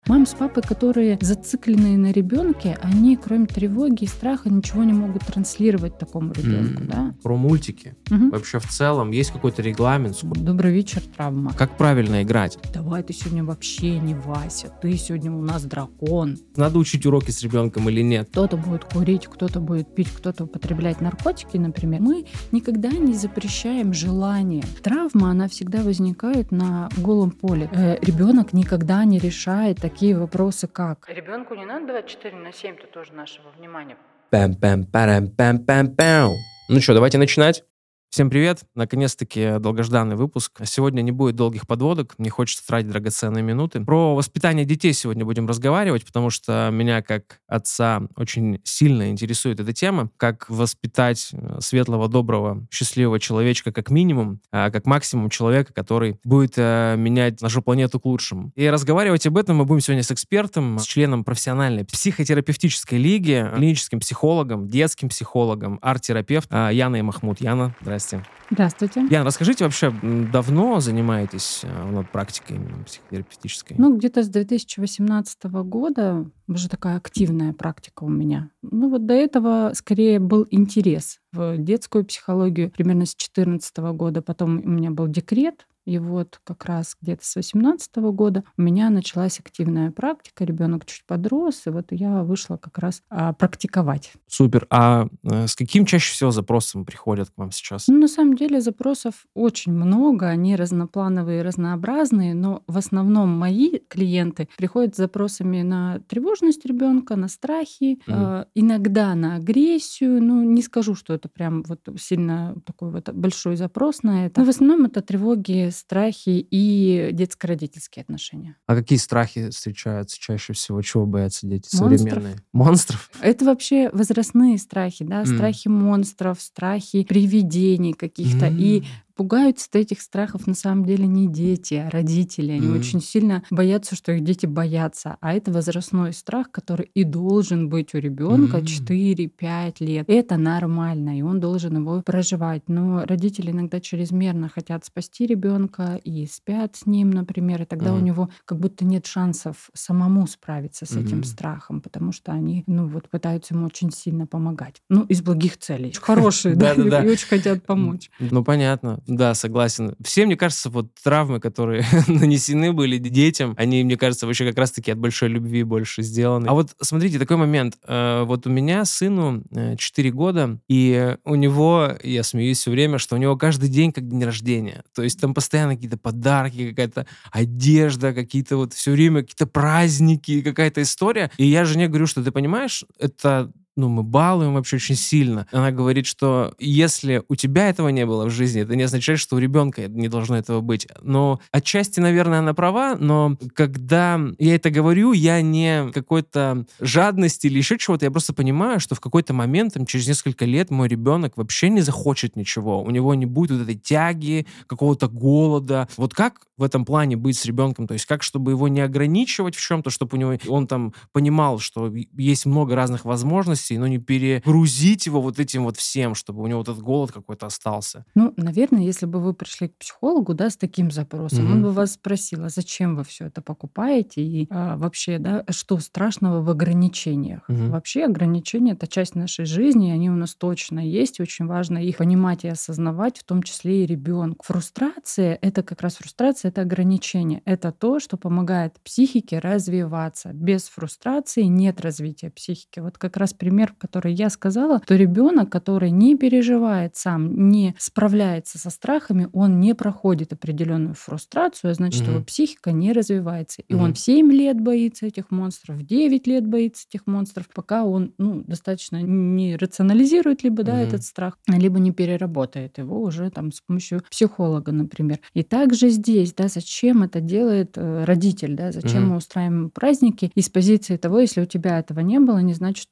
Мамы с папой, которые зацикленные на ребенке, они, кроме тревоги и страха, ничего не могут транслировать такому ребенку, да? Про мультики. Мгм. Вообще в целом есть какой-то регламент? Добрый вечер, травма. Как правильно играть? Давай, ты сегодня вообще не Вася, ты сегодня у нас дракон. Надо учить уроки с ребенком или нет? Кто-то будет курить, кто-то будет пить, кто-то употреблять наркотики, например. Мы никогда не запрещаем желание. Травма, она всегда возникает на голом поле. Ребенок никогда не решает такие вопросы, как... Ребенку не надо 24/7, это тоже нашего внимания. Пам-пам-парам-пам-пам-пам. Ну что, давайте начинать. Всем привет! Наконец-таки долгожданный выпуск. Сегодня не будет долгих подводок, не хочется тратить драгоценные минуты. Про воспитание детей сегодня будем разговаривать, потому что меня, как отца, очень сильно интересует эта тема. Как воспитать светлого, доброго, счастливого человечка как минимум, а как максимум человека, который будет менять нашу планету к лучшему. И разговаривать об этом мы будем сегодня с экспертом, с членом профессиональной психотерапевтической лиги, клиническим психологом, детским психологом, арт-терапевтом Яной Махмуд. Яна, здрасте. Здравствуйте. Яна, расскажите, вообще давно занимаетесь практикой именно психотерапевтической? Где-то с 2018 года уже такая активная практика у меня. Вот до этого скорее был интерес в детскую психологию примерно с 2014 года. Потом у меня был декрет. И как раз где-то с 2018 года у меня началась активная практика. Ребенок чуть подрос, и я вышла как раз практиковать. Супер. А с каким чаще всего запросом приходят к вам сейчас? На самом деле запросов очень много, они разноплановые, разнообразные, но в основном мои клиенты приходят с запросами на тревожность ребенка, на страхи, иногда на агрессию. Не скажу, что это прям сильно такой большой запрос на это. Но в основном это тревоги, страхи и детско-родительские отношения. А какие страхи встречаются чаще всего? Чего боятся дети Монстров. современные? Монстров? Это вообще возрастные страхи, да, страхи монстров, страхи привидений каких-то. И пугаются этих страхов на самом деле не дети, а родители. Они очень сильно боятся, что их дети боятся. А это возрастной страх, который и должен быть у ребенка 4-5 лет. Это нормально, и он должен его проживать. Но родители иногда чрезмерно хотят спасти ребенка и спят с ним, например, и тогда у него как будто нет шансов самому справиться с этим страхом, потому что они пытаются ему очень сильно помогать. Из благих целей. Хорошие, да, и очень хотят помочь. Понятно. Да, согласен. Все, мне кажется, травмы, которые нанесены были детям, они, мне кажется, вообще как раз-таки от большой любви больше сделаны. А смотрите, такой момент. У меня сыну 4 года, и у него, я смеюсь все время, что у него каждый день как день рождения. То есть там постоянно какие-то подарки, какая-то одежда, какие-то все время какие-то праздники, какая-то история. И я жене говорю, что ты понимаешь, это... мы балуем вообще очень сильно. Она говорит, что если у тебя этого не было в жизни, это не означает, что у ребенка не должно этого быть. Но отчасти, наверное, она права, но когда я это говорю, я не какой-то жадности или еще чего-то, я просто понимаю, что в какой-то момент, через несколько лет, мой ребенок вообще не захочет ничего. У него не будет этой тяги, какого-то голода. Как в этом плане быть с ребенком? То есть как, чтобы его не ограничивать в чем-то, чтобы он там понимал, что есть много разных возможностей, но не перегрузить его этим всем, чтобы у него этот голод какой-то остался. Наверное, если бы вы пришли к психологу, да, с таким запросом, он бы вас спросил, а зачем вы все это покупаете и вообще, да, что страшного в ограничениях? Вообще ограничения — это часть нашей жизни, и они у нас точно есть, и очень важно их понимать и осознавать, в том числе и ребенку. Фрустрация — это как раз это ограничение. Это то, что помогает психике развиваться. Без фрустрации нет развития психики. Как раз пример, который я сказала, то ребенок, который не переживает сам, не справляется со страхами, он не проходит определенную фрустрацию, а значит, его психика не развивается. И он в 7 лет боится этих монстров, в 9 лет боится этих монстров, пока он достаточно не рационализирует либо этот страх, либо не переработает его уже с помощью психолога, например. И также здесь, да, зачем это делает родитель, да, зачем мы устраиваем праздники из позиции того, если у тебя этого не было, не значит, что у него будет.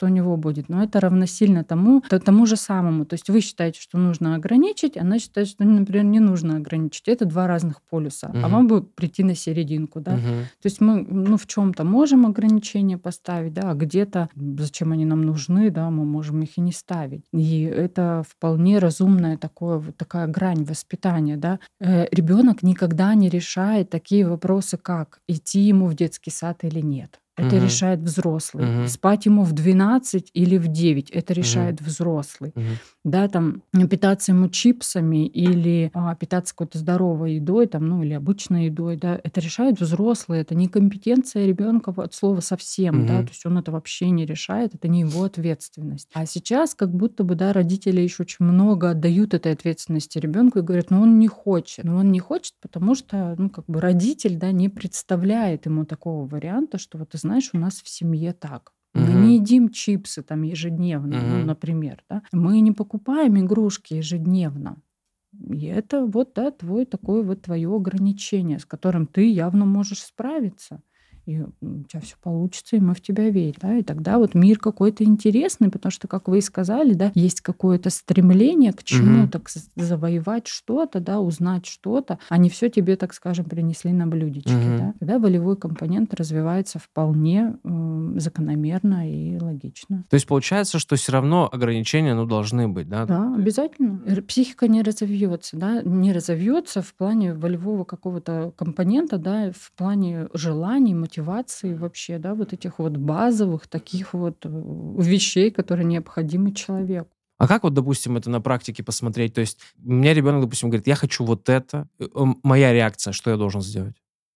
будет. Но это равносильно тому же самому. То есть вы считаете, что нужно ограничить, она считает, что, например, не нужно ограничить. Это два разных полюса. А вам бы прийти на серединку, да? То есть мы, в чем-то можем ограничения поставить, да, а где-то, зачем они нам нужны, да, мы можем их и не ставить. И это вполне разумная такая грань воспитания, да. Ребенок никогда не решает такие вопросы, как идти ему в детский сад или нет. Это решает взрослый. Спать ему в 12 или в 9. Это решает взрослый. Да, там питаться ему чипсами или питаться какой-то здоровой едой, там, или обычной едой, да, это решает взрослый. Это не компетенция ребенка от слова совсем, да, то есть он это вообще не решает, это не его ответственность. А сейчас как будто бы, да, родители еще очень много отдают этой ответственности ребенку и говорят, он не хочет. Но он не хочет, потому что, родитель, да, не представляет ему такого варианта, что вот ты знаешь, у нас в семье так. Мы не едим чипсы там ежедневно, например, да. Мы не покупаем игрушки ежедневно. И это вот, да, твое ограничение, с которым ты явно можешь справиться. И у тебя все получится, и мы в тебя верим. Да? И тогда вот мир какой-то интересный, потому что, как вы и сказали, да, есть какое-то стремление к чему-то, завоевать что-то, да, узнать что-то, а не все тебе, так скажем, принесли на блюдечке. Да? Тогда волевой компонент развивается вполне закономерно и логично. То есть получается, что все равно ограничения, должны быть, да? Да, обязательно. Психика не разовьется, да, не разовьется в плане волевого какого-то компонента, да, в плане желаний, мотивации вообще, да, вот этих вот базовых таких вот вещей, которые необходимы человеку. А как вот, допустим, это на практике посмотреть? То есть у меня ребенок, допустим, говорит, я хочу вот это. Моя реакция, что я должен сделать?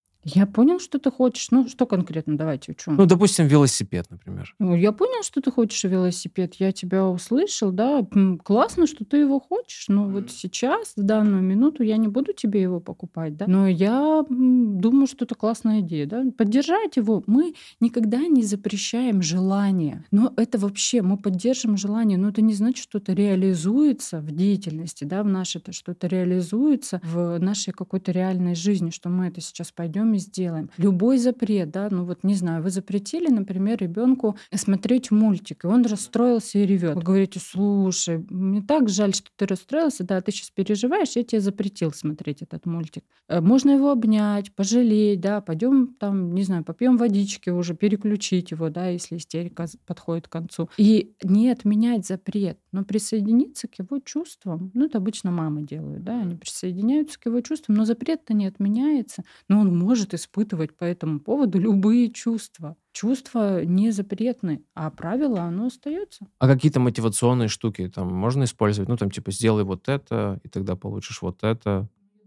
Я понял, что ты хочешь. Что конкретно? Давайте, о чём? Допустим, велосипед, например. Я понял, что ты хочешь велосипед. Я тебя услышал, да. Классно, что ты его хочешь, но вот сейчас, в данную минуту, я не буду тебе его покупать, да. Но я думаю, что это классная идея, да. Поддержать его. Мы никогда не запрещаем желание. Но это вообще, мы поддержим желание, но это не значит, что это реализуется в деятельности, да, что это реализуется в нашей какой-то реальной жизни, что мы это сейчас пойдем и сделаем. Любой запрет, да, не знаю, вы запретили, например, ребенку смотреть мультик, и он расстроился и ревет. Вы говорите, слушай, мне так жаль, что ты расстроился, да, ты сейчас переживаешь, я тебе запретил смотреть этот мультик. Можно его обнять, пожалеть, да, пойдем там, не знаю, попьем водички уже, переключить его, да, если истерика подходит к концу. И не отменять запрет, но присоединиться к его чувствам. Это обычно мамы делают, да, они присоединяются к его чувствам, но запрет-то не отменяется, но он может испытывать по этому поводу любые чувства. Чувства не запретны, а правило, оно остается. А какие-то мотивационные штуки там можно использовать? Типа сделай вот это, и тогда получишь вот это.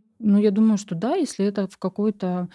Я думаю, что да, если это в какой-то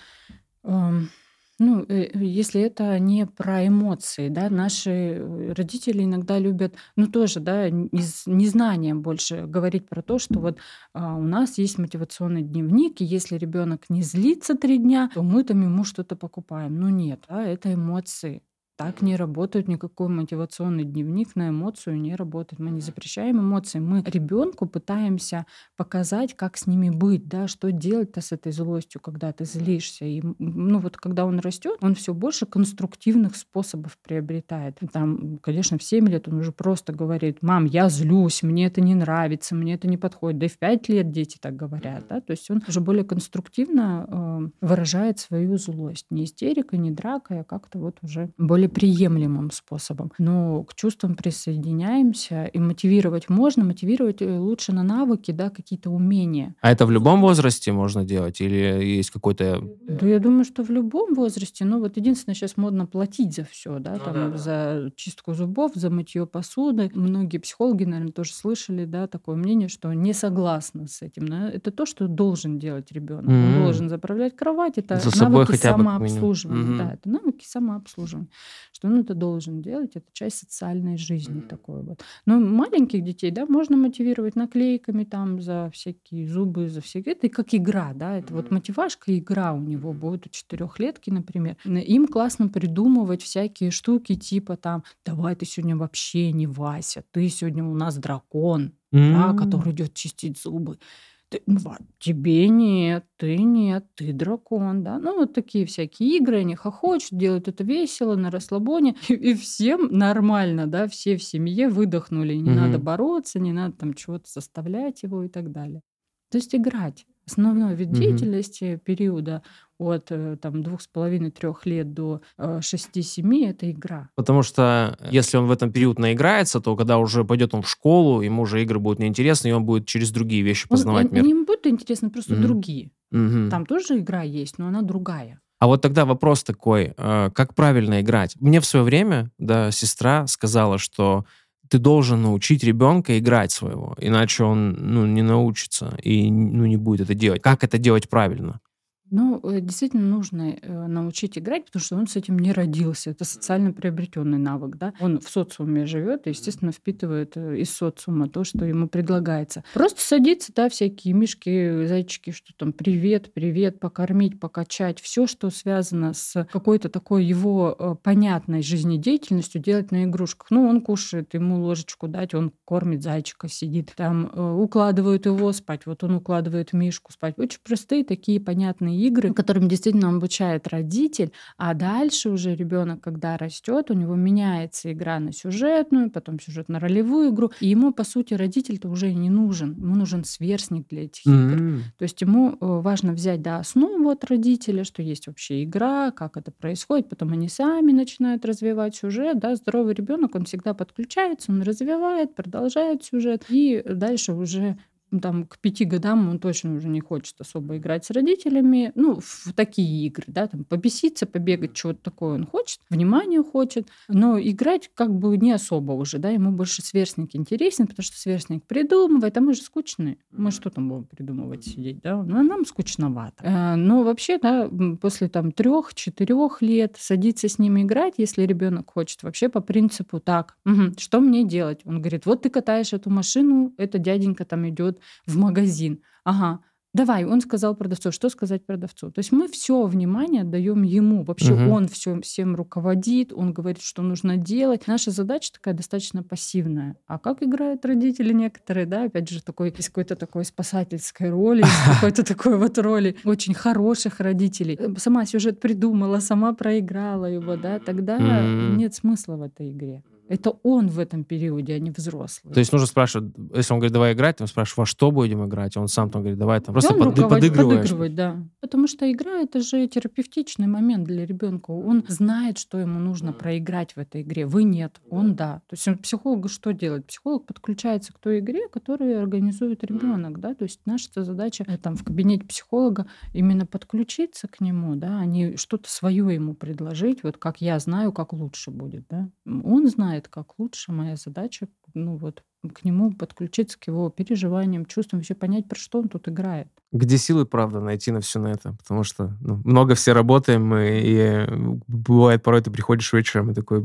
если это не про эмоции, да, наши родители иногда любят, тоже, да, из незнания больше говорить про то, что вот у нас есть мотивационный дневник, и если ребенок не злится 3 дня, то мы там ему что-то покупаем. Нет, да, это эмоции. Так не работает никакой мотивационный дневник, на эмоцию не работает. Мы не запрещаем эмоции, мы ребенку пытаемся показать, как с ними быть, да, что делать-то с этой злостью, когда ты злишься. И когда он растет, он все больше конструктивных способов приобретает. Там, конечно, в 7 лет он уже просто говорит: мам, я злюсь, мне это не нравится, мне это не подходит. Да и в 5 лет дети так говорят, да, то есть он уже более конструктивно выражает свою злость. Не истерикой, не дракой, а как-то вот уже более приемлемым способом. Но к чувствам присоединяемся, и мотивировать можно, мотивировать лучше на навыки, да, какие-то умения. А это в любом возрасте можно делать или есть какой-то... Да, я думаю, что в любом возрасте. Единственное, сейчас модно платить за все, да, за чистку зубов, за мытье посуды. Многие психологи, наверное, тоже слышали, да, такое мнение, что не согласны с этим. Но это то, что должен делать ребенок. Он должен заправлять кровать. Это За собой навыки хотя бы, как минимум. самообслуживания. Да, это навыки самообслуживания. Что он это должен делать, это часть социальной жизни такой вот. Но маленьких детей, да, можно мотивировать наклейками там за всякие зубы, за всякие. Это как игра, да, это вот мотивашка, игра у него будет у 4-летки, например. Им классно придумывать всякие штуки типа там: давай ты сегодня вообще не Вася, ты сегодня у нас дракон, да, который идет чистить зубы. Тебе нет, ты нет, ты дракон, да. Ну, вот такие всякие игры, они хохочут, делают это весело, на расслабоне, и всем нормально, да, все в семье выдохнули, не надо Мгм. бороться, не надо там чего-то заставлять его и так далее. То есть играть. Основной вид Мгм. деятельности периода от там 2,5-3 лет до 6-7 это игра. Потому что если он в этом период наиграется, то когда уже пойдет он в школу, ему уже игры будут неинтересны, и он будет через другие вещи познавать мир. Они ему будут интересны просто Мгм. другие. Мгм. Там тоже игра есть, но она другая. А вот тогда вопрос такой, как правильно играть? Мне в свое время, да, сестра сказала, что ты должен научить ребенка играть своего, иначе он, ну, не научится и, ну, не будет это делать. Как это делать правильно? Ну, действительно нужно научить играть, потому что он с этим не родился. Это социально приобретенный навык, да. Он в социуме живет и, естественно, впитывает из социума то, что ему предлагается. Просто садиться, да, всякие мишки, зайчики, что там, привет, привет, покормить, покачать. Все, что связано с какой-то такой его понятной жизнедеятельностью, делать на игрушках. Ну, он кушает, ему ложечку дать, он кормит зайчика, сидит. Там укладывают его спать, вот он укладывает мишку спать. Очень простые такие понятные игры, которым действительно обучает родитель, а дальше уже ребенок, когда растет, у него меняется игра на сюжетную, потом сюжетно-ролевую игру, и ему, по сути, родитель-то уже не нужен, ему нужен сверстник для этих игр. М. То есть ему важно взять, да, основу от родителя, что есть вообще игра, как это происходит, потом они сами начинают развивать сюжет, да, здоровый ребенок, он всегда подключается, он развивает, продолжает сюжет, и дальше уже там к 5 годам он точно уже не хочет особо играть с родителями, ну, в такие игры, да, там побеситься, побегать, чего-то такое он хочет, внимание хочет, но играть как бы не особо уже, да, ему больше сверстник интересен, потому что сверстник придумывает, а мы же скучные, мы что там будем придумывать, сидеть, да, ну, нам скучновато. Но вообще, да, после там 3-4 лет садиться с ними играть, если ребенок хочет, вообще по принципу так, мгм, что мне делать? Он говорит, вот ты катаешь эту машину, это дяденька там идет в магазин. Ага. Давай, он сказал продавцу, что сказать продавцу. То есть мы все внимание отдаем ему. Вообще Мгм. он всем руководит, он говорит, что нужно делать. Наша задача такая достаточно пассивная. А как играют родители некоторые, да, опять же, из какой-то такой спасательской роли, из какой-то такой вот роли очень хороших родителей. Сама сюжет придумала, сама проиграла его, да, тогда М. нет смысла в этой игре. Это он в этом периоде, а не То взрослый. есть нужно спрашивать, если он говорит, давай играть, ты спрашиваешь, во что будем играть? А он сам там говорит, давай там. И Просто он подыгрываешь. подыгрывает, да. Потому что игра — это же терапевтичный момент для ребенка. Он знает, что ему нужно проиграть в этой игре. Вы нет, он да. То есть психолог что делает? Психолог подключается к той игре, которую организует ребенок, да. То есть наша задача там в кабинете психолога именно подключиться к нему, да, а не что-то свое ему предложить. Вот как я знаю, как лучше будет, да. Он знает, как лучше. Моя задача, ну вот, к нему подключиться, к его переживаниям, чувствам, вообще понять, про что он тут играет. Где силы, правда, найти на все на это? Потому что, ну, много все работаем, бывает, порой ты приходишь вечером и такой: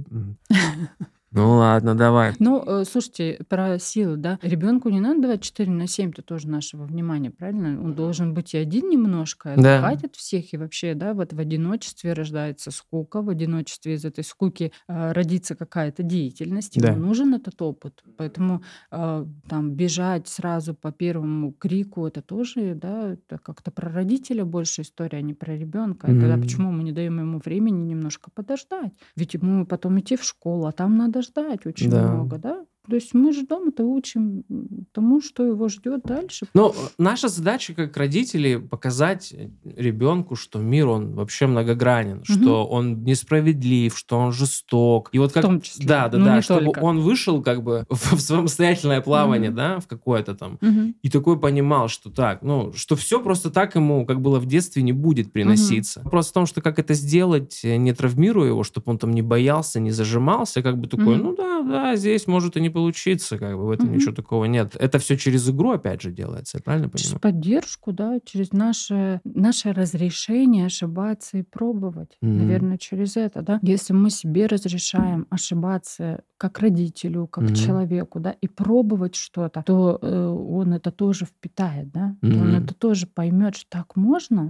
ну ладно, давай". Ну, слушайте, про силы, да. Ребенку не надо 24/7 -то тоже нашего внимания, правильно? Он должен быть и один немножко, и Да, отдыхать от всех. И вообще, да, вот в одиночестве рождается скука, в одиночестве из этой скуки родится какая-то деятельность, ему да. нужен этот опыт. Поэтому там бежать сразу по первому крику, это тоже, да, это как-то про родителя больше история, а не про ребенка. И тогда Мгм. почему мы не даем ему времени немножко подождать? Ведь ему потом идти в школу, а там надо ждать очень Да. много, да? То есть мы же дома-то учим тому, что его ждет дальше. Ну, наша задача как родителей показать ребенку, что мир, он вообще многогранен, Мгм. что он несправедлив, что он жесток. И вот В как том числе, но да-да-да, не чтобы только. он вышел как бы в самостоятельное плавание, Мгм. да, в какое-то там, Мгм. и такой понимал, что так, ну, что все просто так ему, как было в детстве, не будет Мгм. приноситься. Вопрос в том, что как это сделать, не травмируя его, чтобы он там не боялся, не зажимался, как бы такой, Мгм. ну да, здесь может и не получиться, как бы в этом Мгм. ничего такого нет. Это все через игру, опять же, делается, я правильно Через понимаю? поддержку, да, через наше разрешение ошибаться и пробовать. Мгм. Наверное, через это, да. Если мы себе разрешаем ошибаться как родителю, как Мгм. человеку, да, и пробовать что-то, то он это тоже впитает, да, то он Мгм. это тоже поймет, что так можно.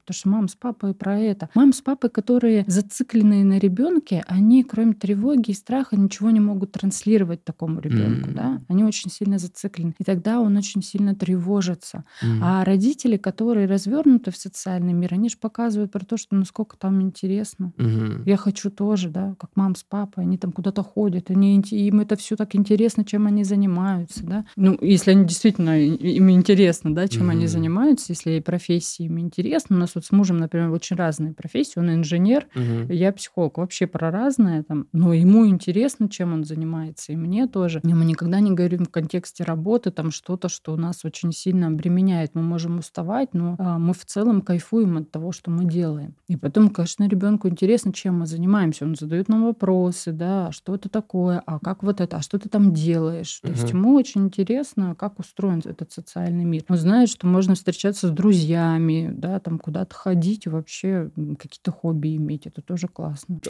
потому что мама с папой про это. Мама с папой, которые зацикленные на ребенке, они, кроме тревоги и страха, ничего не могут транслировать такому ребенку, да? Они очень сильно зациклены. И тогда он очень сильно тревожится. А родители, которые развернуты в социальный мир, они же показывают про то, что насколько там интересно. Я хочу тоже, да, как мама с папой, они там куда-то ходят, им это все так интересно, чем они занимаются, да. Ну, если они действительно, им интересно, да, чем они занимаются, если и профессии им интересно. У нас вот с мужем, например, очень разные профессии. Он инженер, я психолог. Вообще про разное там. Но ему интересно, чем он занимается, и мне тоже. И мы никогда не говорим в контексте работы там что-то, что нас очень сильно обременяет. Мы можем уставать, но мы в целом кайфуем от того, что мы делаем. И потом, конечно, ребенку интересно, чем мы занимаемся. Он задает нам вопросы, да, что это такое, а как вот это, а что ты там делаешь. То есть ему очень интересно, как устроен этот социальный мир. Он знает, что можно встречаться с друзьями, да, там куда-то ходить и вообще какие-то хобби иметь. Это тоже классно.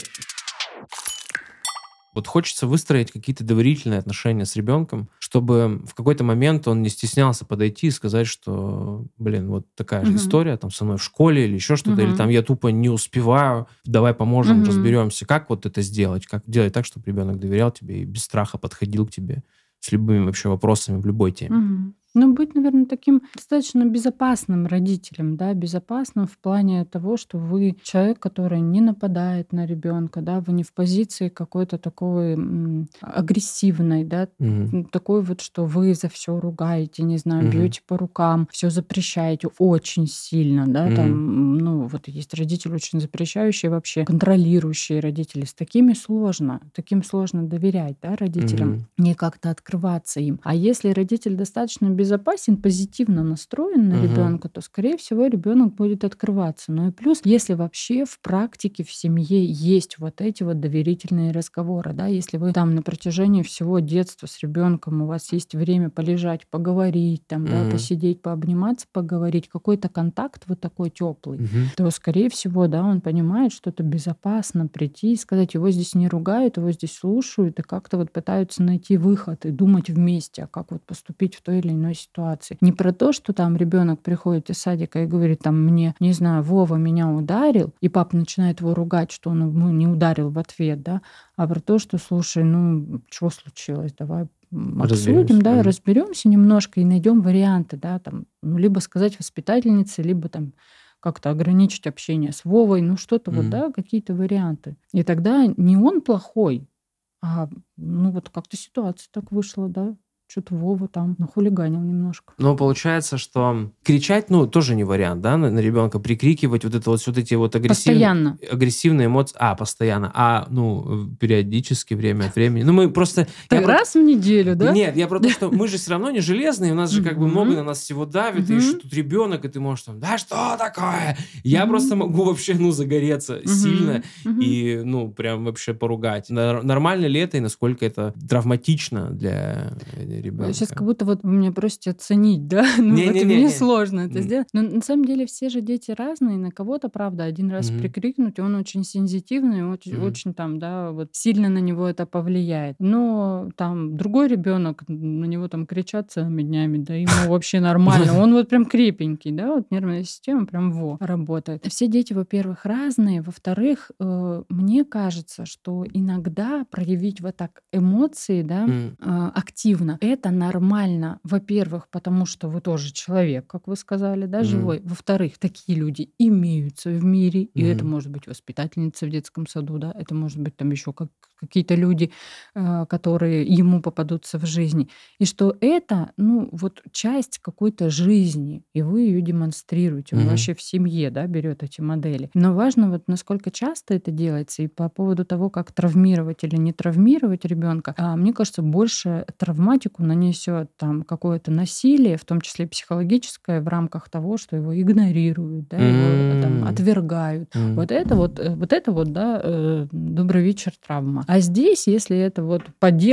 Вот хочется выстроить какие-то доверительные отношения с ребенком, чтобы в какой-то момент он не стеснялся подойти и сказать, что, блин, вот такая же история там со мной в школе или еще что-то, или там я тупо не успеваю, давай поможем, разберемся. Как вот это сделать? Как делать так, чтобы ребенок доверял тебе и без страха подходил к тебе с любыми вообще вопросами в любой теме? Ну, быть, наверное, таким достаточно безопасным родителем, да, безопасным в плане того, что вы человек, который не нападает на ребенка, да, вы не в позиции какой-то такой агрессивной, да, такой вот, что вы за все ругаете, не знаю, бьете по рукам, все запрещаете очень сильно, да, там, ну, вот есть родители очень запрещающие, вообще контролирующие родители. С таким сложно доверять, да, родителям, не как-то открываться им. А если родитель достаточно безопасен, позитивно настроен на ребенка, то, скорее всего, ребенок будет открываться. Ну и плюс, если вообще в практике в семье есть вот эти вот доверительные разговоры, да, если вы там на протяжении всего детства с ребенком у вас есть время полежать, поговорить, там, да, посидеть, пообниматься, поговорить, какой-то контакт вот такой теплый, то, скорее всего, да, он понимает, что это безопасно прийти и сказать, его здесь не ругают, его здесь слушают и как-то вот пытаются найти выход и думать вместе, а как вот поступить в той или иной ситуации. Не про то, что там ребенок приходит из садика и говорит, там, мне, не знаю, Вова меня ударил, и папа начинает его ругать, что он ему не ударил в ответ, да, а про то, что, слушай, ну, что случилось, давай обсудим, да, разберемся немножко и найдем варианты, да, там, ну, либо сказать воспитательнице, либо там как-то ограничить общение с Вовой, ну, что-то вот, да, какие-то варианты. И тогда не он плохой, а, ну, вот как-то ситуация так вышла, да. Что-то Вова там нахулиганил немножко. Но получается, что кричать, ну, тоже не вариант, да, на ребенка, прикрикивать, вот это вот эти вот агрессивные эмоции. Постоянно. Ну, периодически, время от времени. Ну, мы просто... Раз в неделю, да? Нет, я про то, что мы же все равно не железные, у нас же как бы много на нас всего давит, и что тут ребенок, и ты можешь там, да что такое? Я просто могу вообще, ну, загореться сильно и, ну, прям вообще поругать. Нормально ли это и насколько это травматично для ребенка? Сейчас как будто вот вы меня просите оценить, да? Ну, вот мне сложно это сделать. Но на самом деле все же дети разные. На кого-то, правда, один раз прикрикнуть, он очень сенситивный, очень там, да, вот сильно на него это повлияет. Но там другой ребенок, на него там кричат целыми днями, да, ему вообще нормально. Он вот прям крепенький, да, вот нервная система прям работает. Все дети, во-первых, разные. Во-вторых, мне кажется, что иногда проявить вот так эмоции, да, активно, это нормально. Во-первых, потому что вы тоже человек, как вы сказали, да, живой. Во-вторых, такие люди имеются в мире, и это может быть воспитательница в детском саду, да, это может быть там еще какие-то люди, которые ему попадутся в жизни. И что это, ну, вот часть какой-то жизни, и вы ее демонстрируете. Он вообще в семье, да, берет эти модели. Но важно вот насколько часто это делается, и по поводу того, как травмировать или не травмировать ребенка, мне кажется, больше травматику нанесет там какое-то насилие, в том числе психологическое, в рамках того, что его игнорируют, да, его там отвергают. Вот это вот, да, добрый вечер, травма. А здесь, если это вот по делу,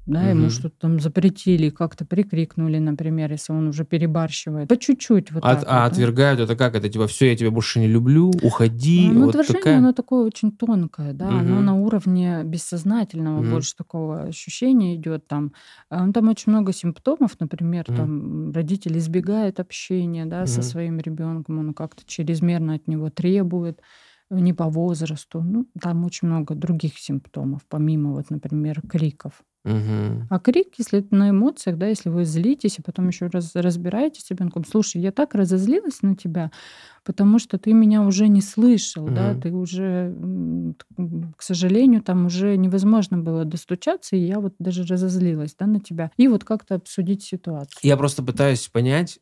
да, ему что-то там запретили, как-то прикрикнули, например, если он уже перебарщивает. По чуть-чуть вот так А вот, да. отвергают это как? Это типа все, я тебя больше не люблю, уходи, Ну, вот отвержение, такая? оно такое очень тонкое, да, оно на Мгм. уровне бессознательного Мгм. больше такого ощущения идет там. Ну, там очень много симптомов, например, Мгм. там родитель избегает общения, да, со Мгм. своим ребенком, он как-то чрезмерно от него требует, не по возрасту. Ну, там очень много других симптомов, помимо вот, например, криков. Мгм. А крик, если это на эмоциях, да, если вы злитесь, и потом еще разбираетесь с ребенком, слушай, я так разозлилась на тебя, потому что ты меня уже не слышал, да, Мгм. ты уже, к сожалению, там уже невозможно было достучаться, и я вот даже разозлилась, да, на тебя. И вот как-то обсудить ситуацию. Я просто пытаюсь понять,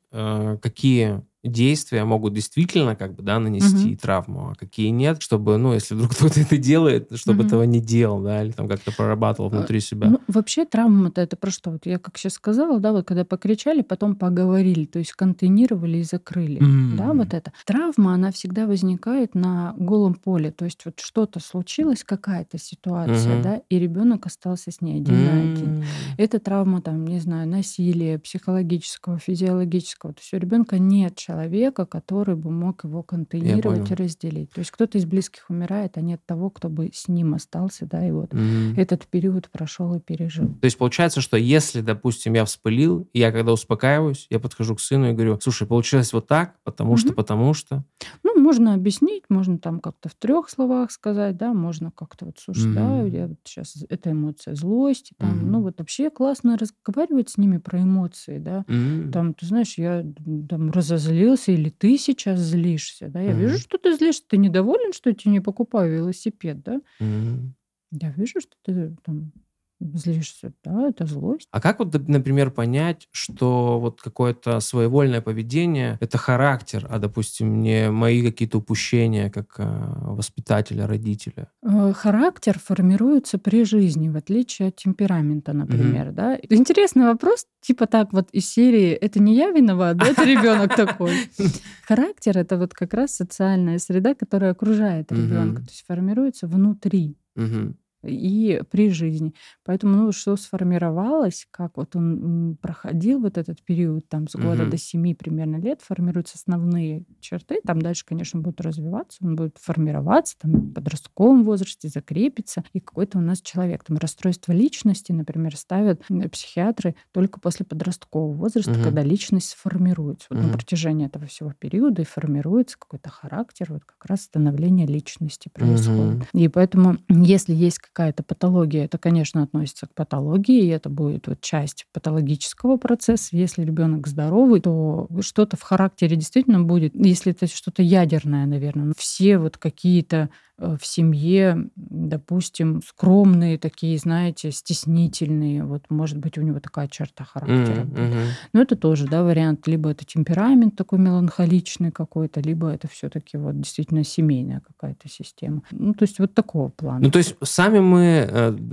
какие действия могут действительно как бы, да, Мгм. нанести травму, а какие нет, чтобы, ну, если вдруг кто-то это делает, чтобы Мгм. этого не делал, да, или там как-то прорабатывал А, внутри себя. ну, вообще травма-то это про что? Вот я как сейчас сказала, да, вот когда покричали, потом поговорили, то есть контейнировали и закрыли. Да, вот М. это. Травма, она всегда возникает на голом поле. То есть вот что-то случилось, какая-то ситуация, Мгм. да, и ребенок остался с ней один на один. Это травма, там, не знаю, насилия психологического, физиологического. То есть у ребенка нет человека, который бы мог его Я контейнировать и понял. разделить. То есть кто-то из близких умирает, а нет того, кто бы с ним остался, да, и вот Мгм. этот период прошел и пережил. То есть получается, что если, допустим, я вспылил, и я когда успокаиваюсь, я подхожу к сыну и говорю: слушай, получилось вот так, Мгм. потому что. Ну, можно объяснить, можно там как-то в 3 словах сказать, да, можно как-то вот, слушай, да, я Мгм. вот сейчас эта эмоция злости, там, ну, Мгм. вот вообще классно разговаривать с ними про эмоции, да, М. там, ты знаешь, я там разозлился, или ты сейчас злишься, да, я вижу, Мгм. что ты злишься, ты недоволен, что я тебе не покупаю велосипед, да, Мгм. я вижу, что ты там злишься, да, это злость. А как вот, например, понять, что вот какое-то своевольное поведение — это характер, а, допустим, не мои какие-то упущения как, воспитателя, родителя? Характер формируется при жизни, в отличие от темперамента, Мгм. например, да. Интересный вопрос, типа так вот из серии "Это не я виноват, да, это ребенок такой". Характер — это вот как раз социальная среда, которая окружает ребенка, Мгм. то есть формируется внутри Мгм. и при жизни. Поэтому, ну, что сформировалось, как вот он, проходил вот этот период там с года до Мгм. 7 примерно лет, формируются основные черты. Там дальше, конечно, будут развиваться, он будет формироваться там в подростковом возрасте, закрепится. И какой-то у нас человек. Там расстройство личности, например, ставят, психиатры только после подросткового возраста, Мгм. когда личность сформируется. Вот на Мгм. протяжении этого всего периода и формируется какой-то характер, вот как раз становление личности происходит. Мгм. И поэтому, если есть какая-то патология, это, конечно, относится к патологии, и это будет вот часть патологического процесса. Если ребенок здоровый, то что-то в характере действительно будет. Если это что-то ядерное, наверное, все вот какие-то в семье, допустим, скромные такие, знаете, стеснительные. Вот, может быть, у него такая черта характера будет. Мгм. Но это тоже, да, вариант. Либо это темперамент такой меланхоличный какой-то, либо это все-таки вот действительно семейная какая-то система. Ну, то есть вот такого Ну, плана. то есть сами мы,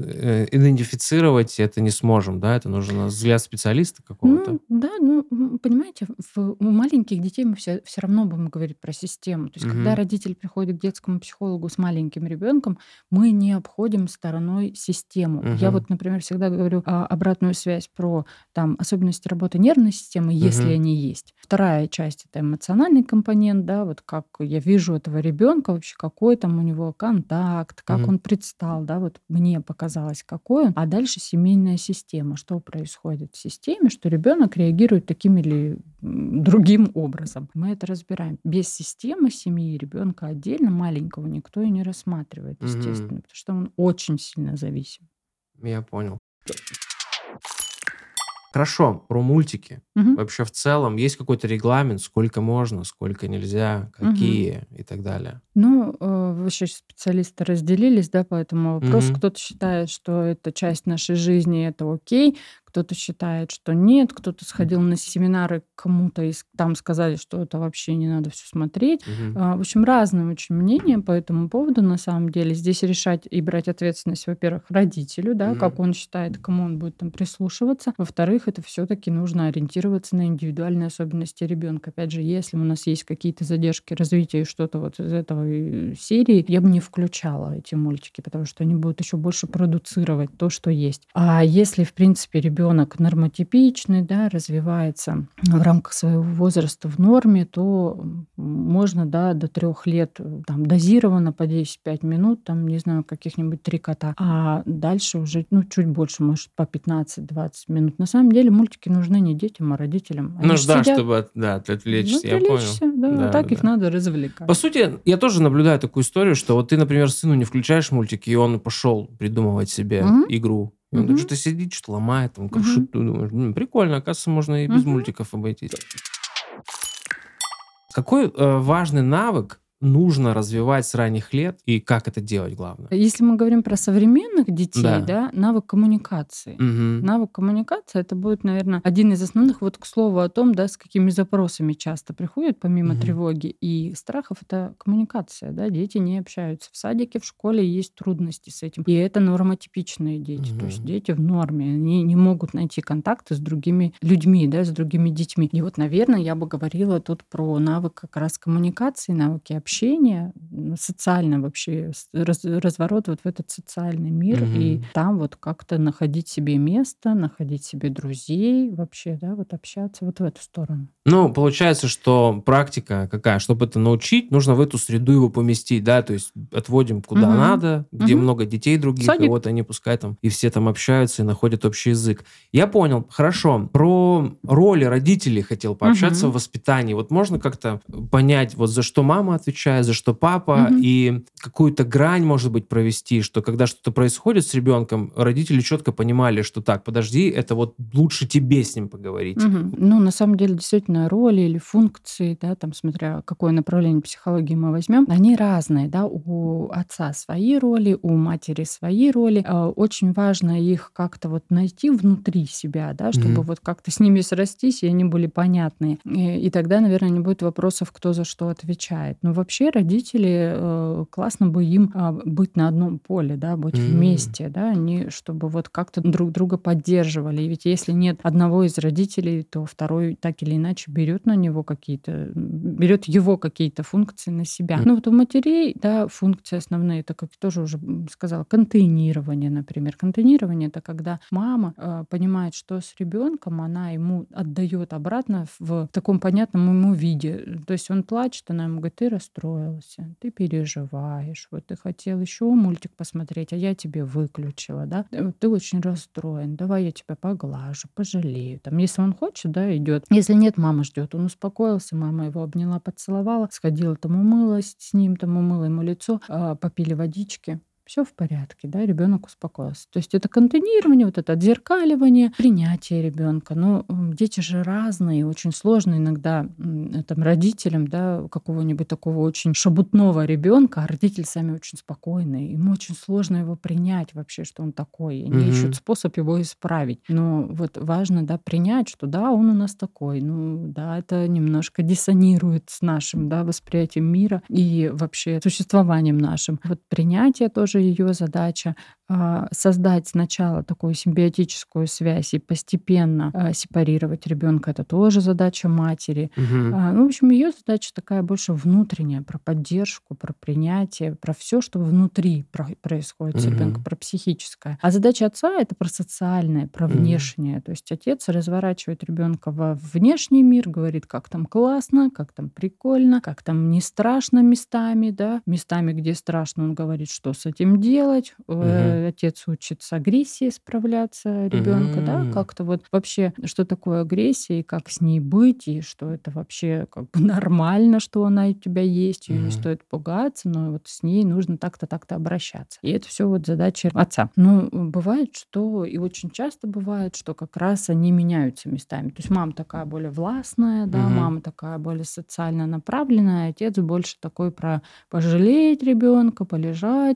идентифицировать это не сможем, да? Это нужен взгляд специалиста какого-то? Ну да, ну, понимаете, у маленьких детей мы все равно будем говорить про систему. То есть, когда Мгм. родитель приходит к детскому психологу с маленьким ребенком, мы не обходим стороной систему. Я Мгм. вот, например, всегда говорю обратную связь про там особенности работы нервной системы, если Мгм. они есть. Вторая часть — это эмоциональный компонент, да, вот как я вижу этого ребенка вообще, какой там у него контакт, как Мгм. он предстал, да, вот мне показалось, какой он. А дальше семейная система. Что происходит в системе, что ребенок реагирует таким или другим образом. Мы это разбираем. Без системы семьи ребенка отдельно, маленького, никто и не рассматривает, Мгм. естественно, потому что он очень сильно зависим. Я понял. Хорошо, про мультики. Мгм. Вообще, в целом, есть какой-то регламент, сколько можно, сколько нельзя, Мгм. какие и так далее? Ну, вообще специалисты разделились, да, по этому вопросу. Мгм. Кто-то считает, что это часть нашей жизни, это окей. кто-то считает, что нет, кто-то сходил на семинары к кому-то, и там сказали, что это вообще не надо все смотреть. В общем, разные очень мнения по этому поводу, на самом деле. Здесь решать и брать ответственность, во-первых, родителю, да, как он считает, кому он будет там прислушиваться. Во-вторых, это все-таки нужно ориентироваться на индивидуальные особенности ребенка. Опять же, если у нас есть какие-то задержки развития и что-то вот из этого серии, я бы не включала эти мультики, потому что они будут еще больше продуцировать то, что есть. А если, в принципе, ребенок нормотипичный, да, развивается в рамках своего возраста в норме, то можно, да, до 3 лет там дозированно по 10-5 минут, там, не знаю, каких-нибудь 3 кота, а дальше уже, чуть больше, может, по 15-20 минут. На самом деле мультики нужны не детям, а родителям. Они же Да, сидят, чтобы отвлечься, я понял. отвлечься, да, а так их надо развлекать. По сути, я тоже наблюдаю такую историю, что вот ты, например, сыну не включаешь мультики, и он пошел придумывать себе игру. И он что-то сидит, что-то ломает, там, крушит. Ты думаешь, прикольно, оказывается, можно и без мультиков обойтись. Какой важный навык нужно развивать с ранних лет, и как это делать, главное? Если мы говорим про современных детей, Да. да, навык коммуникации. Навык коммуникации — это будет, наверное, один из основных. Вот к слову о том, да, с какими запросами часто приходят, помимо тревоги и страхов, это коммуникация, да. Дети не общаются. В садике, в школе есть трудности с этим. И это нормотипичные дети. То есть дети в норме. Они не могут найти контакты с другими людьми, да, с другими детьми. И вот, наверное, я бы говорила тут про навык как раз коммуникации, навыки общения, социально вообще разворот вот в этот социальный мир, и там вот как-то находить себе место, находить себе друзей вообще, да, вот общаться вот в эту сторону. Получается, что практика какая? Чтобы это научить, нужно в эту среду его поместить, да, то есть отводим куда надо, где много детей других, и Садик. вот они пускай там и все там общаются и находят общий язык. Я понял, хорошо. Про роли родителей хотел пообщаться в воспитании. Вот можно как-то понять, вот за что мама отвечает, за что папа, и какую-то грань, может быть, провести, что когда что-то происходит с ребенком, родители четко понимали, что так, подожди, это вот лучше тебе с ним поговорить. На самом деле, действительно, роли или функции, да, там, смотря какое направление психологии мы возьмем, они разные, да, у отца свои роли, у матери свои роли. Очень важно их как-то вот найти внутри себя, да, чтобы вот как-то с ними срастись, и они были понятны. И тогда, наверное, не будет вопросов, кто за что отвечает. Но вообще родители, классно бы им быть на одном поле, да, быть вместе, да, чтобы вот как-то друг друга поддерживали. И ведь если нет одного из родителей, то второй так или иначе берет его какие-то функции на себя. Вот у матерей, да, функции основные, это, как я тоже уже сказала, контейнирование, например. Контейнирование — это когда мама понимает, что с ребенком, она ему отдает обратно в таком понятном ему виде. То есть он плачет, она ему говорит: ты расстроился, ты переживаешь, вот ты хотел еще мультик посмотреть, а я тебе выключила, да, ты очень расстроен, давай я тебя поглажу, пожалею. Там, если он хочет, да, идет. Если нет, мама ждет. Он успокоился, мама его обняла, поцеловала, сходила там, умылась с ним, там умыла ему лицо, попили водички. Все в порядке, да, ребенок успокоился. То есть это контейнирование, вот это отзеркаливание, принятие ребенка. Но дети же разные, очень сложно иногда там родителям, да, какого-нибудь такого очень шебутного ребенка, а родители сами очень спокойные, ему очень сложно его принять вообще, что он такой. Они ищут способ его исправить. Но вот важно, да, принять, что да, он у нас такой. Да, это немножко диссонирует с нашим, да, восприятием мира и вообще существованием нашим. Вот принятие тоже ее задача. Создать сначала такую симбиотическую связь и постепенно сепарировать ребенка — это тоже задача матери. В общем, ее задача такая больше внутренняя, про поддержку, про принятие, про все, что внутри происходит с ребенком, про психическое. А задача отца — это про социальное, про внешнее. То есть отец разворачивает ребенка во внешний мир, говорит, как там классно, как там прикольно, как там не страшно местами, да. Местами, где страшно, он говорит, что с этим делать. Отец учит с агрессией справляться ребенка, да, как-то вот вообще, что такое агрессия и как с ней быть, и что это вообще как бы нормально, что она у тебя есть, ее не стоит пугаться, но вот с ней нужно так-то, так-то обращаться. И это все вот задача отца. Бывает, что, и очень часто бывает, что как раз они меняются местами. То есть мама такая более властная, да, мама такая более социально направленная, отец больше такой про пожалеть ребенка, полежать там, что-то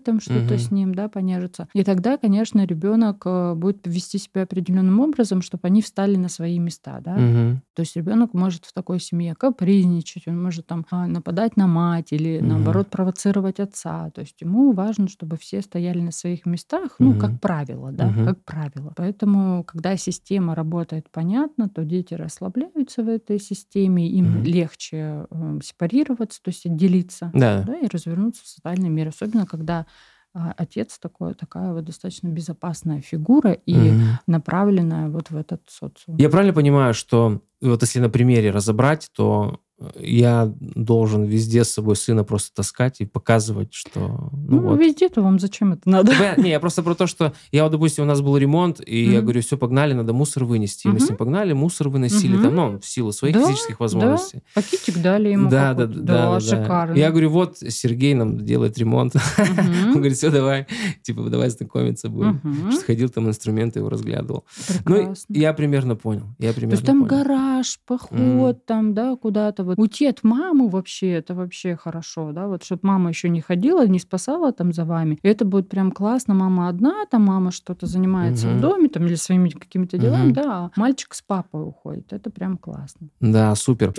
что-то с ним, да, понежиться. И тогда, конечно, ребенок будет вести себя определенным образом, чтобы они встали на свои места, да. То есть ребенок может в такой семье капризничать, он может там нападать на мать или наоборот провоцировать отца. То есть ему важно, чтобы все стояли на своих местах, ну, как правило, да, как правило. Поэтому, когда система работает понятно, то дети расслабляются в этой системе, им легче сепарироваться, то есть отделиться, Да. да, и развернуться в социальный мир. Особенно, когда отец такая вот достаточно безопасная фигура и направленная вот в этот социум. Я правильно понимаю, что вот если на примере разобрать, то я должен везде с собой сына просто таскать и показывать, что... Ну, везде-то вам зачем это надо? Не, я просто про то, что я вот, допустим, у нас был ремонт, и я говорю, все, погнали, надо мусор вынести. И мы с ним погнали, мусор выносили, там, ну, в силу своих физических возможностей. Да, пакетик дали ему какой-то. Да, шикарно. Я говорю, вот Сергей нам делает ремонт. Он говорит, все, давай, типа, давай знакомиться будем. Что ходил там, инструменты его разглядывал. Ну, я примерно понял. То есть там гараж, поход, там, да, куда-то вот. Уйти от мамы вообще, это вообще хорошо, да, вот, чтобы мама еще не ходила, не спасала там за вами. И это будет прям классно. Мама одна, там мама что-то занимается в доме, там, или своими какими-то делами, да, а мальчик с папой уходит. Это прям классно. Да, супер.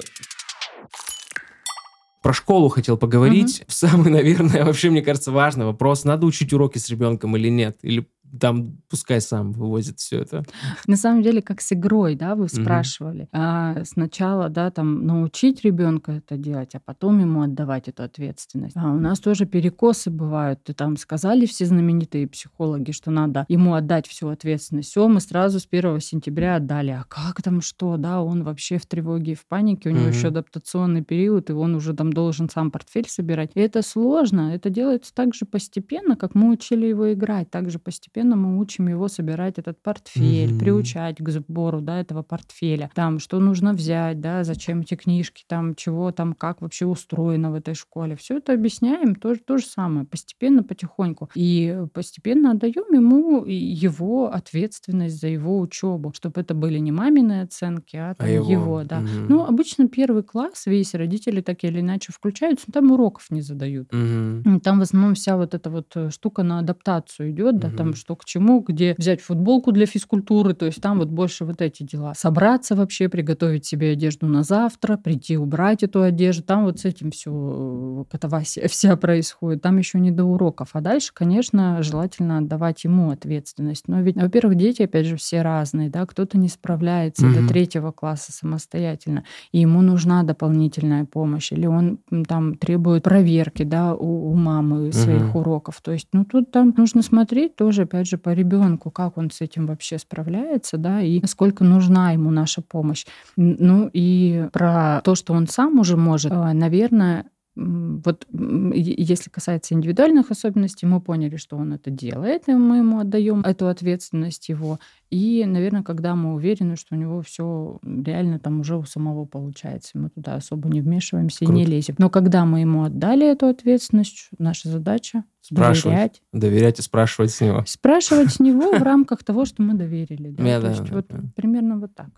Про школу хотел поговорить. Самый, наверное, вообще, мне кажется, важный вопрос. Надо учить уроки с ребенком или нет? Или там пускай сам вывозит все это. На самом деле, как с игрой, да, вы спрашивали. Сначала, да, там научить ребенка это делать, а потом ему отдавать эту ответственность. У нас тоже перекосы бывают. И там сказали все знаменитые психологи, что надо ему отдать всю ответственность. Все, мы сразу с 1 сентября отдали. А как там что, да, он вообще в тревоге и в панике, у него еще адаптационный период, и он уже там должен сам портфель собирать. И это сложно. Это делается так же постепенно, как мы учили его играть. Так же постепенно мы учим его собирать этот портфель, приучать к сбору, да, этого портфеля. Там, что нужно взять, да, зачем эти книжки, там, чего там, как вообще устроено в этой школе. Все это объясняем, то же самое, постепенно, потихоньку. И постепенно отдаем ему его ответственность за его учебу, чтобы это были не мамины оценки, а там его, да. Ну, обычно 1 класс весь родители так или иначе включаются, но там уроков не задают. Там в основном вся вот эта вот штука на адаптацию идет, да, там что к чему, где взять футболку для физкультуры, то есть там вот больше вот эти дела. Собраться вообще, приготовить себе одежду на завтра, прийти убрать эту одежду, там вот с этим все катавасия вся происходит, там еще не до уроков. А дальше, конечно, желательно отдавать ему ответственность. Но ведь, во-первых, дети, опять же, все разные, да, кто-то не справляется до 3 класса самостоятельно, и ему нужна дополнительная помощь, или он там требует проверки, да, у мамы своих уроков. То есть, ну, тут там нужно смотреть тоже, опять же, по ребенку, как он с этим вообще справляется, да, и насколько нужна ему наша помощь. Ну, и про то, что он сам уже может, наверное, вот если касается индивидуальных особенностей, мы поняли, что он это делает, и мы ему отдаем эту ответственность его. И, наверное, когда мы уверены, что у него все реально там уже у самого получается, мы туда особо не вмешиваемся и не лезем. Но когда мы ему отдали эту ответственность, наша задача доверять. Доверять и спрашивать с него. Спрашивать с него в рамках того, что мы доверили. Да? То есть вот примерно вот так.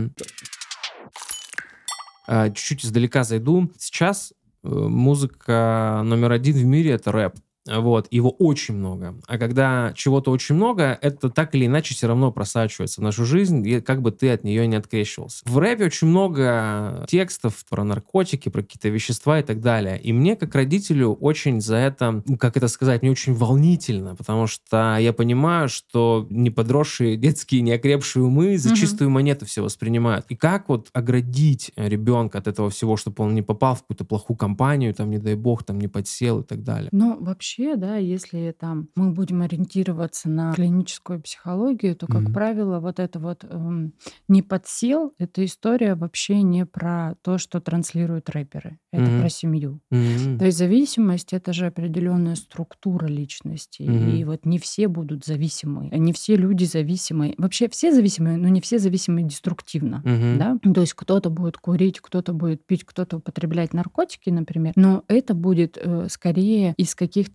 Чуть-чуть издалека зайду. Сейчас музыка номер 1 в мире — это рэп. Вот, его очень много. А когда чего-то очень много, это так или иначе все равно просачивается в нашу жизнь, и как бы ты от нее не открещивался. В рэпе очень много текстов про наркотики, про какие-то вещества и так далее. И мне, как родителю, очень за это, как это сказать, мне очень волнительно, потому что я понимаю, что неподросшие детские, неокрепшие умы за чистую монету все воспринимают. И как вот оградить ребенка от этого всего, чтобы он не попал в какую-то плохую компанию, там, не дай бог, там, не подсел и так далее. Ну, вообще, да, если там мы будем ориентироваться на клиническую психологию, то, как правило, вот это вот не подсел, эта история вообще не про то, что транслируют рэперы. Это про семью. То есть зависимость — это же определенная структура личности. И вот не все будут зависимы, не все люди зависимы. Вообще все зависимые, но не все зависимы деструктивно. Да? То есть кто-то будет курить, кто-то будет пить, кто-то употреблять наркотики, например. Но это будет скорее из каких-то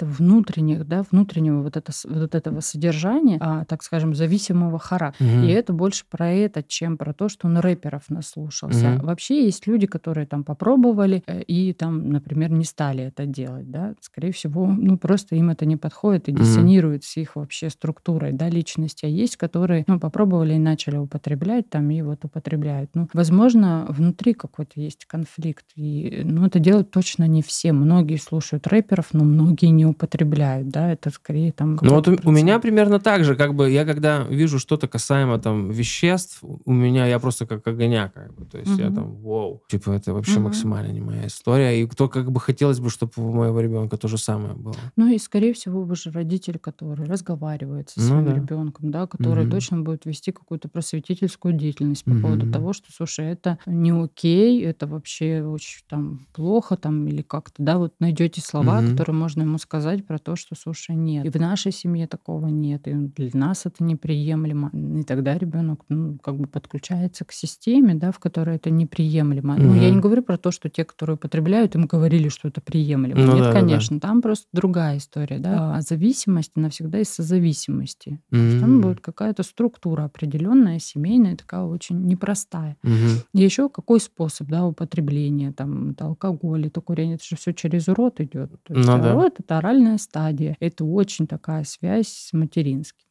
каких-то внутреннего вот этого содержания, так скажем, зависимого характера. И это больше про это, чем про то, что он рэперов наслушался. Вообще есть люди, которые там попробовали и там, например, не стали это делать, да. Скорее всего, просто им это не подходит и диссонирует с их вообще структурой, да, личности. А есть, которые, попробовали и начали употреблять там, и вот употребляют. Возможно, внутри какой-то есть конфликт. И, это делают точно не все. Многие слушают рэперов, но многие не употребляют, да. Это скорее там Ну вот какой-то у меня процент. примерно так же, как бы я когда вижу что-то касаемо там веществ, я просто как огонь, как бы, то есть я Мгм. там, вау, типа это вообще Мгм. максимально не моя история, и кто как бы хотелось бы, чтобы у моего ребенка то же самое было. И, скорее всего, вы же родитель, который разговаривает со Ну своим да. ребенком, да, который Мгм. точно будет вести какую-то просветительскую деятельность по поводу Мгм. того, что, слушай, это не окей, это вообще очень там плохо, там, или как-то, да, вот найдете слова, Мгм. которые можно ему сказать про то, что, слушай, нет, и в нашей семье такого нет, и для нас это неприемлемо. И тогда ребенок, как бы подключается к системе, да, в которой это неприемлемо. Я не Мгм. говорю про то, что те, которые употребляют, им говорили, что это приемлемо. Ну Нет, да-да-да. конечно, там просто другая история, да. А зависимость, она всегда из созависимости. То есть там М. будет какая-то структура определенная, семейная, такая очень непростая. Мгм. И еще какой способ, да, употребления, там, это алкоголь, это курение, это же все через рот идет. То есть Ну да. рот — это оральная стадия, это очень такая связь с материнским.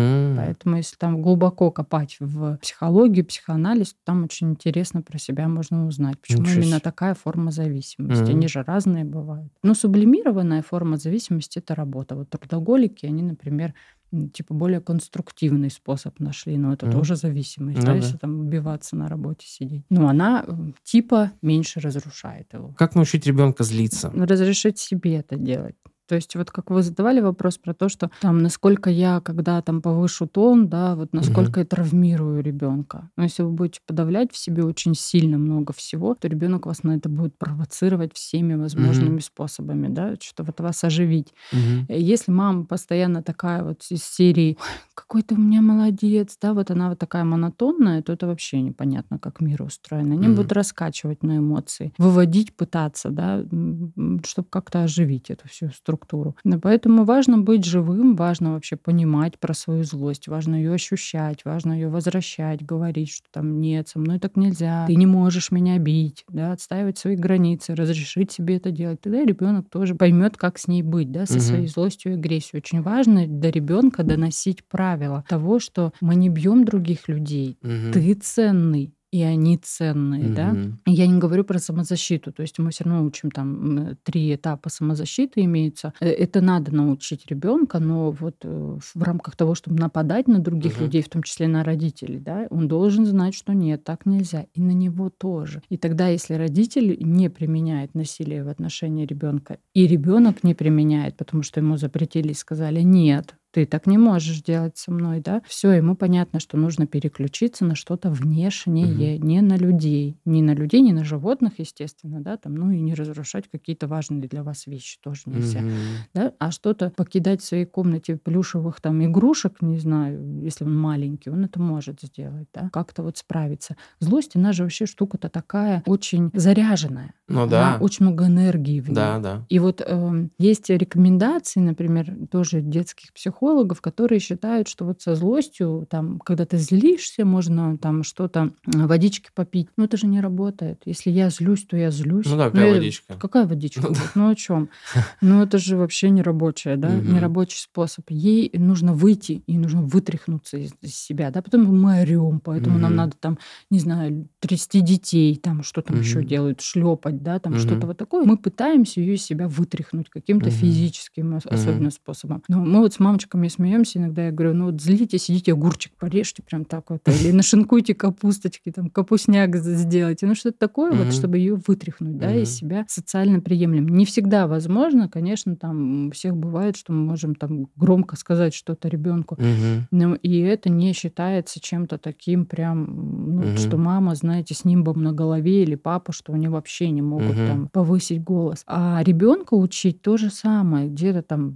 М. Поэтому если там глубоко копать в психологию, психоанализ, то там очень интересно про себя можно узнать, почему Ничего именно себе. такая форма зависимости. Они М. же разные бывают. Но сублимированная форма зависимости — это работа. Вот трудоголики, они, например, типа более конструктивный способ нашли, но это М. тоже зависимость, да, Ну да. если там убиваться на работе сидеть. Но она типа меньше разрушает его. Как научить ребенка злиться? Разрешить себе это делать. То есть вот как вы задавали вопрос про то, что там насколько я, когда там повышу тон, да, вот Мгм. насколько я травмирую ребенка. Но если вы будете подавлять в себе очень сильно много всего, то ребенок вас на это будет провоцировать всеми Мгм. возможными способами, да, что вот вас оживить. Мгм. Если мама постоянно такая вот из серии «Ой, какой ты у меня молодец», да, вот она вот такая монотонная, то это вообще непонятно, как мир устроен. Они будут Мгм. раскачивать на эмоции, выводить, пытаться, да, чтобы как-то оживить эту всю структуру. Поэтому важно быть живым, важно вообще понимать про свою злость, важно ее ощущать, важно ее возвращать, говорить, что там нет, со мной так нельзя, ты не можешь меня бить, да, отстаивать свои границы, разрешить себе это делать. Тогда ребенок тоже поймет, как с ней быть, да, со своей Мгм. злостью и агрессией. Очень важно до ребенка доносить правила того, что мы не бьем других людей, Мгм. ты ценный, и они ценные, да. Мгм. Я не говорю про самозащиту, то есть мы все равно учим там 3 этапа самозащиты имеются. Это надо научить ребенка, но вот в рамках того, чтобы нападать на других Мгм. людей, в том числе на родителей, да, он должен знать, что нет, так нельзя, и на него тоже. И тогда, если родитель не применяет насилие в отношении ребенка, и ребенок не применяет, потому что ему запретили и сказали нет, ты так не можешь делать со мной, да. Все, ему понятно, что нужно переключиться на что-то Мгм. внешнее, не на людей. Не на людей, не на животных, естественно, да, там, и не разрушать какие-то важные для вас вещи тоже нельзя, Мгм. да. А что-то покидать в своей комнате плюшевых там игрушек, не знаю, если он маленький, он это может сделать, да, как-то вот справиться. Злость, она же вообще штука-то такая очень заряженная. Ну Она да. очень много энергии в Да, ней. да. И вот есть рекомендации, например, тоже детских психологов, которые считают, что вот со злостью, там, когда ты злишься, можно там что-то, водички попить. Но это же не работает. Если я злюсь, то я Ну злюсь. да, какая водичка? Какая водичка Ну да. будет? Ну о чем? Ну это же вообще не рабочая, да, не Мгм. рабочий способ. Ей нужно выйти, ей нужно вытряхнуться из себя, да. Потом мы орем, поэтому нам Мгм. надо там, не знаю, трясти детей, там, что там еще Мгм. делают, шлепать, да, там что-то Мгм. вот такое. Мы пытаемся ее из себя вытряхнуть каким-то Мгм. физическим, особенно Мгм. способом. Но мы вот с мамочками смеемся иногда, я говорю, ну вот злитесь, идите огурчик порежьте прям так вот, или нашинкуйте капусточки, там, капустняк сделайте, ну что-то такое вот, Мгм. чтобы ее вытряхнуть, да, из Мгм. себя социально приемлемо. Не всегда возможно, конечно, там у всех бывает, что мы можем там громко сказать что-то ребенку, Мгм. но и это не считается чем-то таким прям, что Мгм. мама, знаете, с нимбом на голове или папа, что они вообще не могут Мгм. там повысить голос. А ребенка учить то же самое, где-то там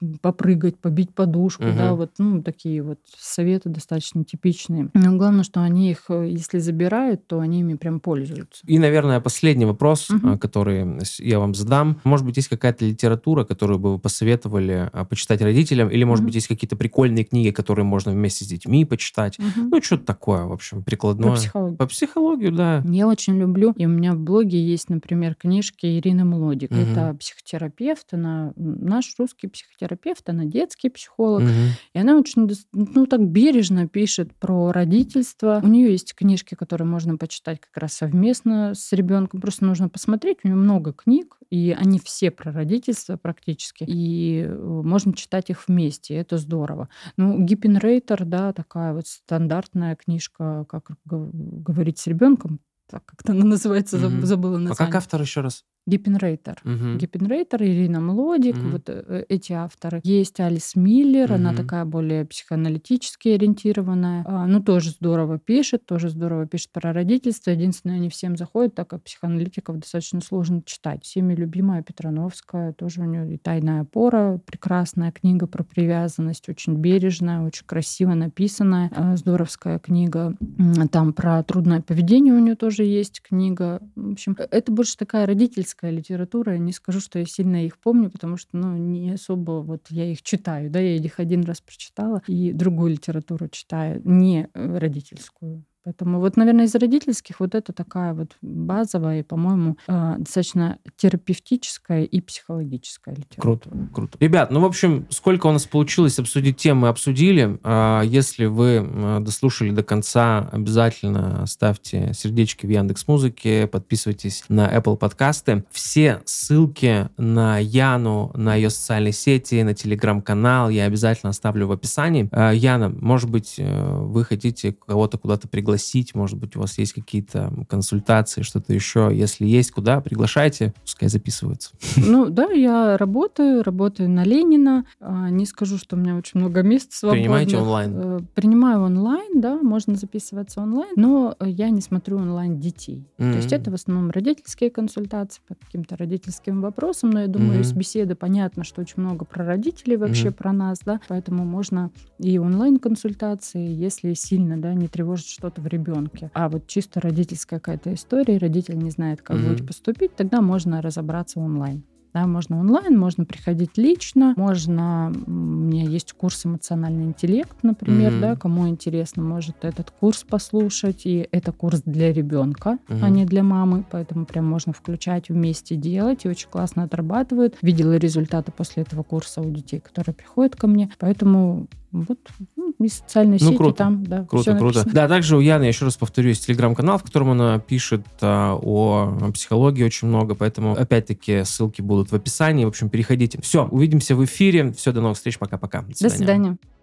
попрыгать, побить подушку, да, вот, такие вот советы достаточно типичные. Но главное, что они их, если забирают, то они ими прям пользуются. И, наверное, последний вопрос, который я вам задам. Может быть, есть какая-то литература, которую бы вы посоветовали почитать родителям, или, может быть, есть какие-то прикольные книги, которые можно вместе с детьми почитать? Что-то такое, в общем, прикладное. Про психологию. По психологию, да. Я очень люблю, и у меня в блоге есть, например, книжки Ирины Млодик. Это психотерапевт, она наш русский психотерапевт, она детский психолог. И она очень, так бережно пишет про родительство. У нее есть книжки, которые можно почитать как раз совместно с ребенком. Просто нужно посмотреть. У нее много книг, и они все про родительство практически. И можно читать их вместе. Это здорово. Гиппенрейтер, да, такая вот стандартная книжка, как говорить с ребенком. Так как-то она называется, забыла название. А как автор еще раз? Гиппенрейтер. Гиппенрейтер, Ирина Млодик, вот эти авторы. Есть Алис Миллер, она такая более психоаналитически ориентированная. Тоже здорово пишет про родительство. Единственное, не всем заходит, так как психоаналитиков достаточно сложно читать. Всеми любимая Петрановская, тоже у нее и «Тайная опора», прекрасная книга про привязанность, очень бережная, очень красиво написанная, здоровская книга. Там про трудное поведение у нее тоже есть книга. В общем, это больше такая родительская литература. Я не скажу, что я сильно их помню, потому что, не особо вот я их читаю. Да, я их один раз прочитала и другую литературу читаю, не родительскую. Поэтому вот, наверное, из родительских вот это такая вот базовая и, по-моему, достаточно терапевтическая и психологическая литература. Круто. Ребят, в общем, сколько у нас получилось обсудить тем, мы обсудили. Если вы дослушали до конца, обязательно ставьте сердечки в Яндекс.Музыке, подписывайтесь на Apple подкасты. Все ссылки на Яну, на ее социальные сети, на телеграм-канал я обязательно оставлю в описании. Яна, может быть, вы хотите кого-то куда-то пригласить, может быть, у вас есть какие-то консультации, что-то еще. Если есть, куда, приглашайте, пускай записываются. Да, я работаю на Ленина. Не скажу, что у меня очень много мест свободных. Принимаете онлайн? Принимаю онлайн, да, можно записываться онлайн, но я не смотрю онлайн детей. То есть это в основном родительские консультации по каким-то родительским вопросам, но я думаю, из беседы понятно, что очень много про родителей вообще, про нас, да, поэтому можно и онлайн-консультации, если сильно, да, не тревожит что-то в ребенке. А вот чисто родительская какая-то история, родитель не знает, как будет поступить, тогда можно разобраться онлайн. Да, можно онлайн, можно приходить лично, можно... У меня есть курс «Эмоциональный интеллект», например, да, кому интересно, может этот курс послушать, и это курс для ребенка, а не для мамы, поэтому прям можно включать, вместе делать, и очень классно отрабатывают. Видела результаты после этого курса у детей, которые приходят ко мне, поэтому... Вот, и социальные сети круто. Там, да, Круто. Да, также у Яны, еще раз повторюсь, телеграм-канал, в котором она пишет о психологии очень много, поэтому, опять-таки, ссылки будут в описании. В общем, переходите. Все, увидимся в эфире. Все, до новых встреч. Пока-пока. До свидания.